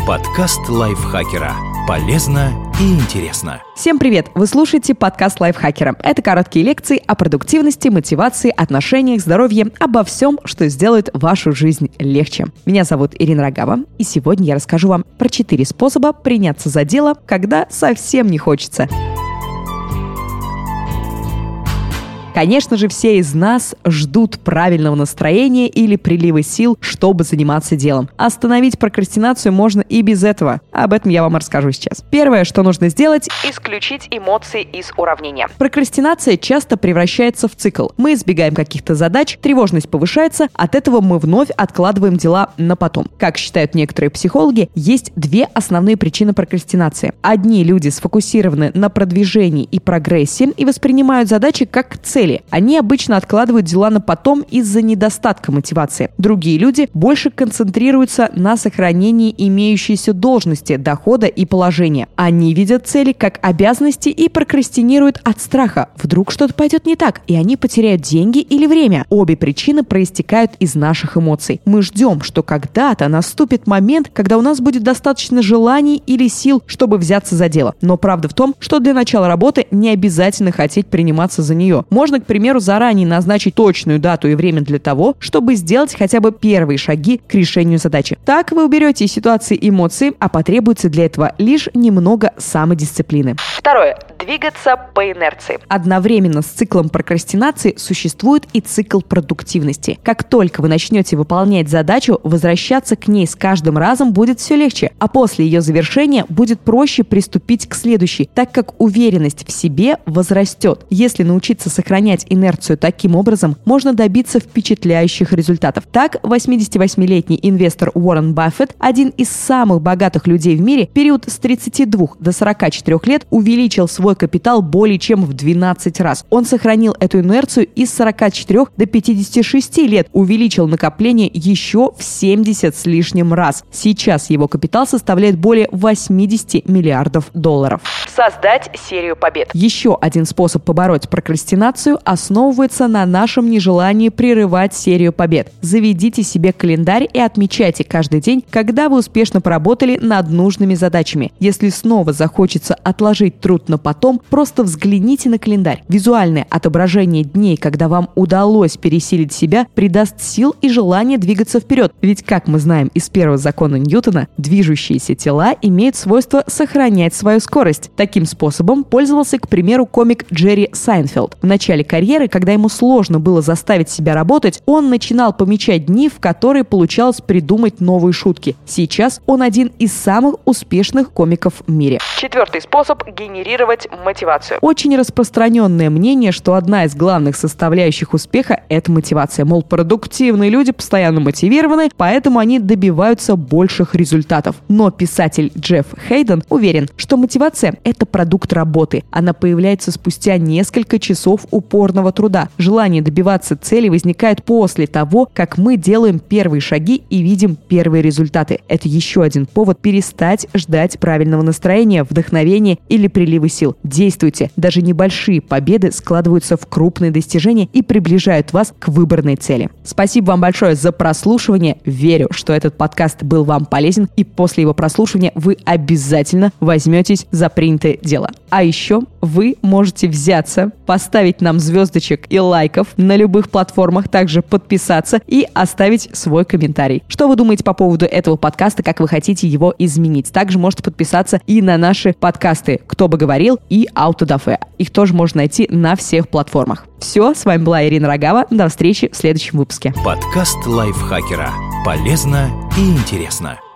Подкаст лайфхакера. Полезно и интересно. Всем привет! Вы слушаете подкаст лайфхакера. Это короткие лекции о продуктивности, мотивации, отношениях, здоровье, обо всем, что сделает вашу жизнь легче. Меня зовут Ирина Рогава, и сегодня я расскажу вам про 4 способа приняться за дело, когда совсем не хочется. Конечно же, все из нас ждут правильного настроения или прилива сил, чтобы заниматься делом. Остановить прокрастинацию можно и без этого. Об этом я вам расскажу сейчас. Первое, что нужно сделать – исключить эмоции из уравнения. Прокрастинация часто превращается в цикл. Мы избегаем каких-то задач, тревожность повышается, от этого мы вновь откладываем дела на потом. Как считают некоторые психологи, есть 2 основные причины прокрастинации. Одни люди сфокусированы на продвижении и прогрессе и воспринимают задачи как цель. Они обычно откладывают дела на потом из-за недостатка мотивации. Другие люди больше концентрируются на сохранении имеющейся должности, дохода и положения. Они видят цели как обязанности и прокрастинируют от страха. Вдруг что-то пойдет не так, и они потеряют деньги или время. Обе причины проистекают из наших эмоций. Мы ждем, что когда-то наступит момент, когда у нас будет достаточно желаний или сил, чтобы взяться за дело. Но правда в том, что для начала работы не обязательно хотеть приниматься за нее. Можно, к примеру, заранее назначить точную дату и время для того, чтобы сделать хотя бы первые шаги к решению задачи. Так вы уберете из ситуации эмоции, а потребуется для этого лишь немного самодисциплины. Второе. Двигаться по инерции. Одновременно с циклом прокрастинации существует и цикл продуктивности. Как только вы начнете выполнять задачу, возвращаться к ней с каждым разом будет все легче, а после ее завершения будет проще приступить к следующей, так как уверенность в себе возрастет. Если научиться сохранять инерцию таким образом, можно добиться впечатляющих результатов. Так, 88-летний инвестор Уоррен Баффет, один из самых богатых людей в мире, в период с 32 до 44 лет увеличил свой капитал более чем в 12 раз. Он сохранил эту инерцию и с 44 до 56 лет увеличил накопление еще в 70 с лишним раз. Сейчас его капитал составляет более 80 миллиардов долларов. Создать серию побед. Еще один способ побороть прокрастинацию основывается на нашем нежелании прерывать серию побед. Заведите себе календарь и отмечайте каждый день, когда вы успешно поработали над нужными задачами. Если снова захочется отложить труд на потом, просто взгляните на календарь. Визуальное отображение дней, когда вам удалось пересилить себя, придаст сил и желание двигаться вперед. Ведь, как мы знаем из первого закона Ньютона, движущиеся тела имеют свойство сохранять свою скорость. Таким способом пользовался, к примеру, комик Джерри Сайнфелд. В начале карьеры, когда ему сложно было заставить себя работать, он начинал помечать дни, в которые получалось придумать новые шутки. Сейчас он один из самых успешных комиков в мире. 4-й способ – генерировать мотивацию. Очень распространенное мнение, что одна из главных составляющих успеха – это мотивация. Мол, продуктивные люди постоянно мотивированы, поэтому они добиваются больших результатов. Но писатель Джефф Хейден уверен, что мотивация – это продукт работы. Она появляется спустя несколько часов упорного труда. Желание добиваться цели возникает после того, как мы делаем первые шаги и видим первые результаты. Это еще один повод перестать ждать правильного настроения, вдохновения или прилива сил. Действуйте. Даже небольшие победы складываются в крупные достижения и приближают вас к выбранной цели. Спасибо вам большое за прослушивание. Верю, что этот подкаст был вам полезен, и после его прослушивания вы обязательно возьметесь за принятое дело. А еще вы можете взяться, поставить нам звездочек и лайков на любых платформах, также подписаться и оставить свой комментарий. Что вы думаете по поводу этого подкаста, как вы хотите его изменить? Также можете подписаться и на наши подкасты «Кто бы говорил» и «Аутодафе». Их тоже можно найти на всех платформах. Все, с вами была Ирина Рогава. До встречи в следующем выпуске. Подкаст лайфхакера. Полезно и интересно.